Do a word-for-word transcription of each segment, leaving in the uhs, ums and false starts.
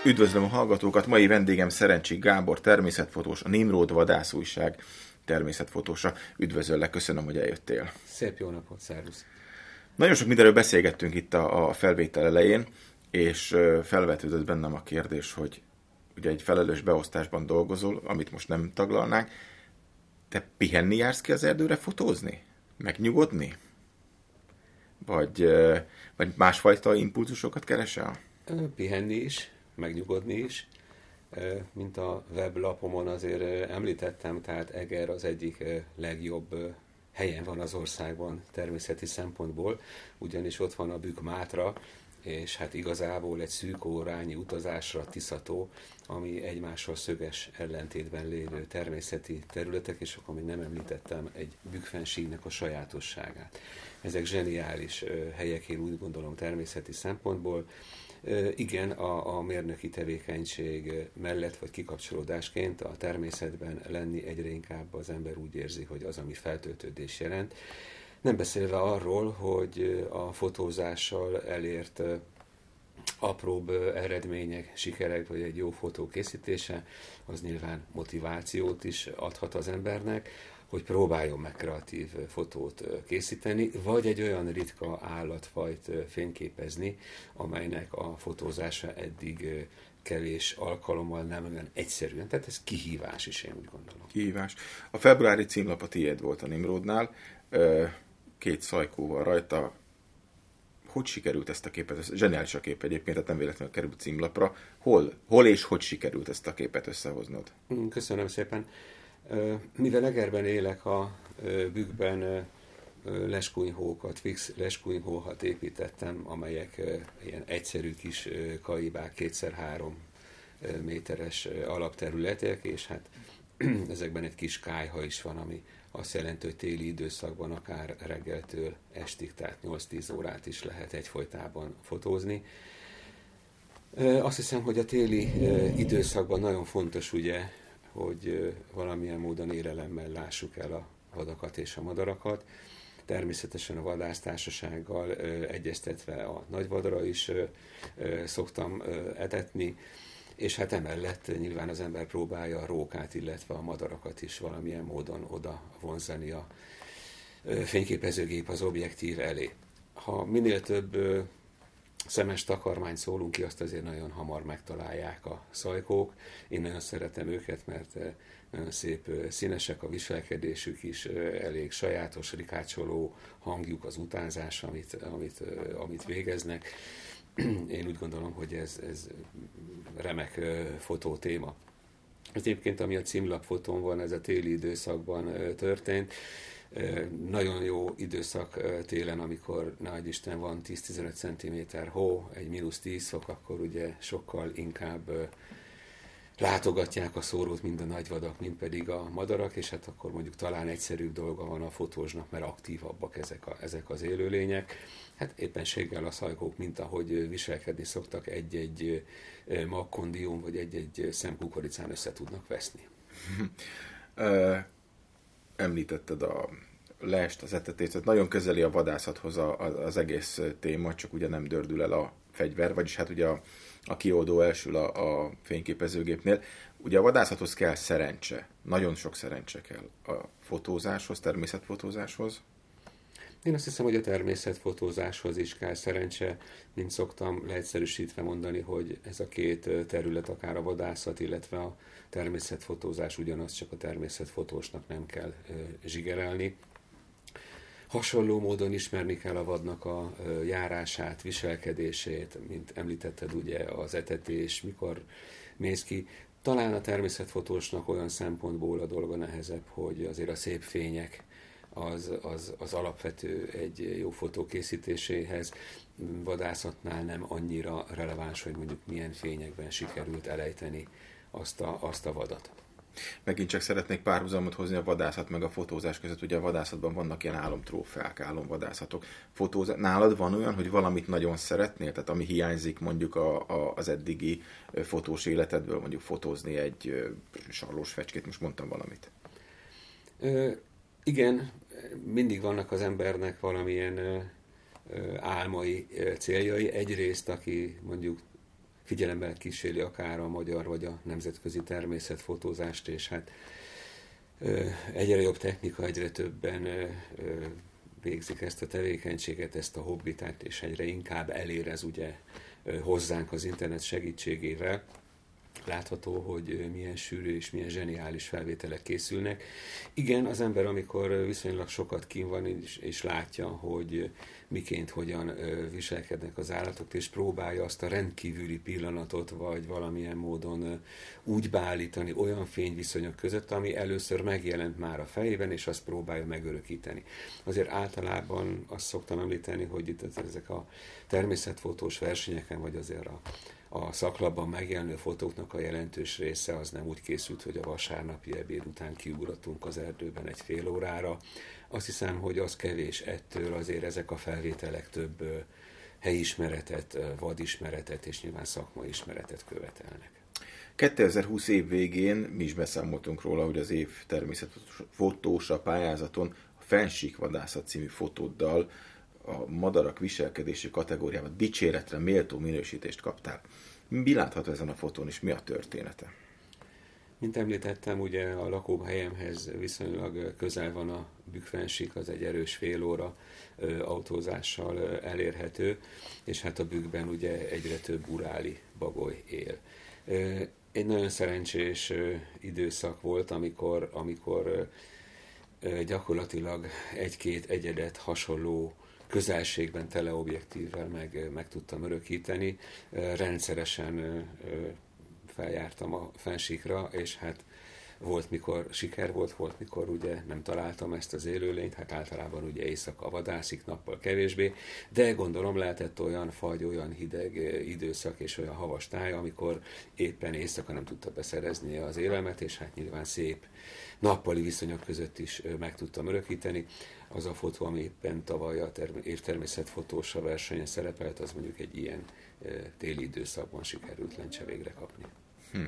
Üdvözlöm a hallgatókat, mai vendégem Szerencsik Gábor, természetfotós, a Nimród vadászújság természetfotósa. Üdvözöllek, köszönöm, hogy eljöttél. Szép jó napot, szervusz! Nagyon sok mindenről beszélgettünk itt a, a felvétel elején, és felvetődött bennem a kérdés, hogy ugye egy felelős beosztásban dolgozol, amit most nem taglalnánk. Te pihenni jársz ki az erdőre fotózni? Megnyugodni? Vagy, vagy másfajta impulzusokat keresel? Pihenni is, megnyugodni is. Mint a weblapomon azért említettem, tehát Eger az egyik legjobb helyen van az országban természeti szempontból, ugyanis ott van a Bükk-Mátra, és hát igazából egy szűk órányi utazásra Tiszató, ami egymással szöges ellentétben lévő természeti területek, és akkor még nem említettem egy Bükk-fennsíknek a sajátosságát. Ezek zseniális helyek, én úgy gondolom természeti szempontból. Igen, a, a mérnöki tevékenység mellett, vagy kikapcsolódásként a természetben lenni egyre inkább az ember úgy érzi, hogy az, ami feltöltődés jelent. Nem beszélve arról, hogy a fotózással elért apróbb eredmények, sikerek, vagy egy jó fotó készítése, az nyilván motivációt is adhat az embernek, hogy próbáljon meg kreatív fotót készíteni, vagy egy olyan ritka állatfajt fényképezni, amelynek a fotózása eddig kevés alkalommal nem olyan egyszerűen. Tehát ez kihívás is, én úgy gondolom. Kihívás. A februári címlap a tiéd volt a Nimródnál, két szajkóval rajta. Hogy sikerült ezt a képet? Zseniális a kép egyébként, tehát nem véletlenül került címlapra. Hol, hol és hogy sikerült ezt a képet összehoznod? Köszönöm szépen. Mivel Egerben élek, a Bükkben leskunyhókat, fix leskunyhóhat építettem, amelyek ilyen egyszerű kis kaibák, kétszer három méteres alapterületek, és hát ezekben egy kis kályha is van, ami azt jelenti, hogy téli időszakban akár reggeltől estig, tehát nyolc-tíz órát is lehet egyfolytában fotózni. Azt hiszem, hogy a téli időszakban nagyon fontos, ugye, hogy valamilyen módon érelemmel lássuk el a vadakat és a madarakat. Természetesen a vadásztársasággal egyeztetve a nagyvadra is szoktam etetni, és hát emellett nyilván az ember próbálja a rókát, illetve a madarakat is valamilyen módon oda vonzani a fényképezőgép az objektív elé. Ha minél több szemes takarmányt szólunk ki, azt azért nagyon hamar megtalálják a szajkók. Én nagyon szeretem őket, mert nagyon szép színesek, a viselkedésük is elég sajátos, rikácsoló hangjuk, az utánzás, amit, amit, amit végeznek. Én úgy gondolom, hogy ez, ez remek fotótéma. Egyébként, ami a címlapfotón van, ez a téli időszakban történt. Nagyon jó időszak télen, amikor nagy Isten van tíz-tizenöt centiméter hó, egy mínusz tíz fok, akkor ugye sokkal inkább látogatják a szórót mind a nagyvadak, mind pedig a madarak, és hát akkor mondjuk talán egyszerűbb dolga van a fotósnak, mert aktívabbak ezek, a, ezek az élőlények. Hát éppenséggel a szajkók, mint ahogy viselkedni szoktak, egy-egy magkondium, vagy egy-egy szemkukoricán össze tudnak veszni. Említetted a lest, az etetést, tehát nagyon közeli a vadászathoz az egész téma, csak ugye nem dördül el a fegyver, vagyis hát ugye a, a kioldó elsül a, a fényképezőgépnél. Ugye a vadászathoz kell szerencse, nagyon sok szerencse kell a fotózáshoz, természetfotózáshoz. Én azt hiszem, hogy a természetfotózáshoz is kell szerencse, mint szoktam leegyszerűsítve mondani, hogy ez a két terület, akár a vadászat, illetve a természetfotózás ugyanaz, csak a természetfotósnak nem kell zsigerelni. Hasonló módon ismerni kell a vadnak a járását, viselkedését, mint említetted ugye az etetés, mikor mész ki. Talán a természetfotósnak olyan szempontból a dolga nehezebb, hogy azért a szép fények az, az, az alapvető egy jó fotó készítéséhez. Vadászatnál nem annyira releváns, hogy mondjuk milyen fényekben sikerült elejteni azt a, azt a vadat. Megint csak szeretnék párhuzamot hozni a vadászat meg a fotózás között. Ugye a vadászatban vannak ilyen álomtrófeák, álomvadászatok. Fotózás. Nálad van olyan, hogy valamit nagyon szeretnél, tehát ami hiányzik mondjuk a, a, az eddigi fotós életedből, mondjuk fotózni egy sarlós fecskét, most mondtam valamit. Ö, igen, mindig vannak az embernek valamilyen ö, álmai, céljai. Egyrészt, aki mondjuk figyelemmel kíséri akár a magyar vagy a nemzetközi természetfotózást, és hát egyre jobb technika, egyre többen végzik ezt a tevékenységet, ezt a hobbitát, és egyre inkább elérez ugye hozzánk az internet segítségével. Látható, hogy milyen sűrű és milyen zseniális felvételek készülnek. Igen, az ember, amikor viszonylag sokat kín van, és, és látja, hogy miként, hogyan viselkednek az állatok, és próbálja azt a rendkívüli pillanatot, vagy valamilyen módon úgy beállítani olyan fényviszonyok között, ami először megjelent már a fejében, és azt próbálja megörökíteni. Azért általában azt szoktam említeni, hogy itt ezek a természetfotós versenyeken, vagy azért a A szaklapban megjelenő fotóknak a jelentős része az nem úgy készült, hogy a vasárnapi ebéd után kiugratunk az erdőben egy fél órára. Azt hiszem, hogy az kevés ettől, azért ezek a felvételek több helyismeretet, vadismeretet és nyilván szakmai ismeretet követelnek. kétezer-húsz év végén mi is beszámoltunk róla, hogy az év természetfotósa pályázaton a Fennsíkvadászat című fotóddal a madarak viselkedési kategóriában dicséretre méltó minősítést kaptál. Mi látható ezen a fotón, és mi a története? Mint említettem, ugye a lakóhelyemhez viszonylag közel van a Bükk-Fennsík, az egy erős fél óra autózással elérhető, és hát a Bükkben ugye egyre több uráli bagoly él. Egy nagyon szerencsés időszak volt, amikor, amikor gyakorlatilag egy-két egyedet hasonló közelségben teleobjektívvel meg, meg tudtam örökíteni. Rendszeresen feljártam a Fennsíkra, és hát volt, mikor siker volt, volt, mikor ugye nem találtam ezt az élőlényt, hát általában ugye éjszaka vadászik, nappal kevésbé, de gondolom lehetett olyan fagy, olyan hideg időszak és olyan havas táj, amikor éppen éjszaka nem tudta beszerezni az élelmet, és hát nyilván szép nappali viszonyok között is meg tudtam örökíteni. Az a fotó, ami éppen tavaly a term- évtermészetfotós versenyen szerepelt, az mondjuk egy ilyen e, téli időszakban sikerült lencse végre kapni. Hm.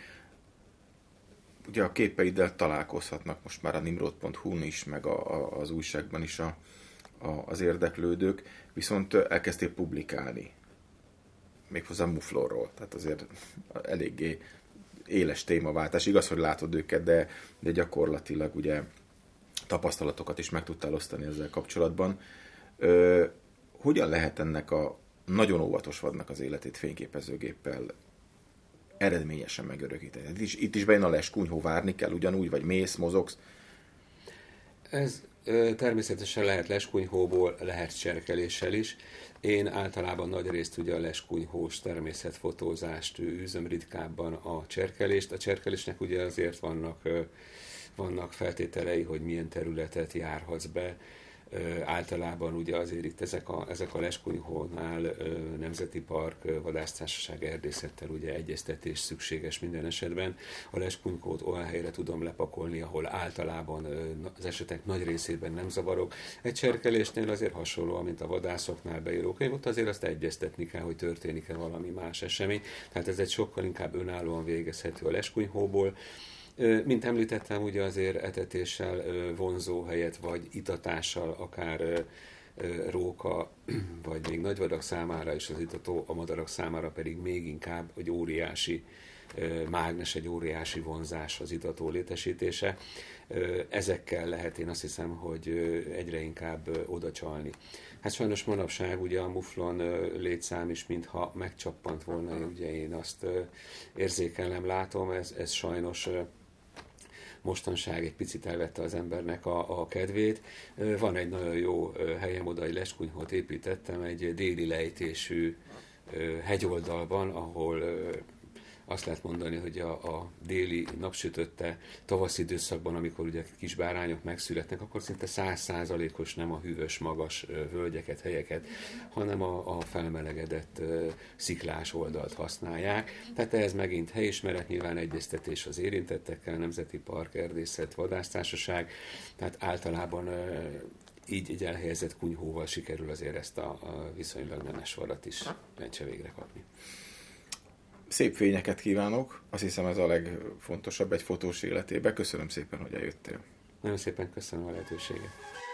Ugye a képeiddel találkozhatnak most már a nimrod pont hu-n is, meg a, a, az újságban is a, a, az érdeklődők, viszont elkezdték publikálni, méghozzá muflonról, tehát azért eléggé éles témaváltás. Igaz, hogy látod őket, de, de gyakorlatilag ugye tapasztalatokat is meg tudtál osztani ezzel kapcsolatban. Ö, hogyan lehet ennek a nagyon óvatos vadnak az életét fényképezőgéppel eredményesen megörökíteni? Itt is, itt is bejön a leskunyhó, várni kell ugyanúgy, vagy mész, mozogsz? Ez ö, természetesen lehet leskunyhóból, lehet cserkeléssel is. Én általában nagy részt ugye a leskunyhós természetfotózást űzöm, ritkábban a cserkelést. A cserkelésnek ugye azért vannak, ö, vannak feltételei, hogy milyen területet járhatsz be. Ö, általában ugye azért itt ezek a, ezek a leskunyhónál ö, Nemzeti Park, ö, Vadásztársaság erdészettel ugye egyeztetés szükséges minden esetben. A leskunyhót olyan helyre tudom lepakolni, ahol általában ö, az esetek nagy részében nem zavarok. Egy cserkelésnél azért hasonló, mint a vadászoknál beírók, ott azért azt egyeztetni kell, hogy történik-e valami más esemény. Tehát ez egy sokkal inkább önállóan végezhető a leskunyhóból. Mint említettem, ugye azért etetéssel, vonzó helyet, vagy itatással, akár róka, vagy még nagyvadak számára is az itató, a madarak számára pedig még inkább egy óriási mágnes, egy óriási vonzás az itató létesítése. Ezekkel lehet, én azt hiszem, hogy egyre inkább oda csalni. Hát sajnos manapság ugye a muflon létszám is, mintha megcsappant volna, ugye én azt érzékelem, látom, ez, ez sajnos mostanság egy picit elvette az embernek a, a kedvét. Van egy nagyon jó helyem, oda egy leskunyhót építettem, egy déli lejtésű hegyoldalban, ahol azt lehet mondani, hogy a, a déli napsütötte tavaszi időszakban, amikor ugye kis bárányok megszületnek, akkor szinte száz százalékos nem a hűvös, magas völgyeket, helyeket, hanem a, a felmelegedett sziklás oldalt használják. Tehát ehhez megint helyismeret, nyilván egyeztetés az érintettekkel, Nemzeti Park, Erdészet, Vadásztársaság, tehát általában így egy elhelyezett kunyhóval sikerül azért ezt a, a viszonylag nemes vadat is lencse végre kapni. Szép fényeket kívánok, azt hiszem ez a legfontosabb egy fotós életében. Köszönöm szépen, hogy eljöttél. Nagyon szépen köszönöm a lehetőséget.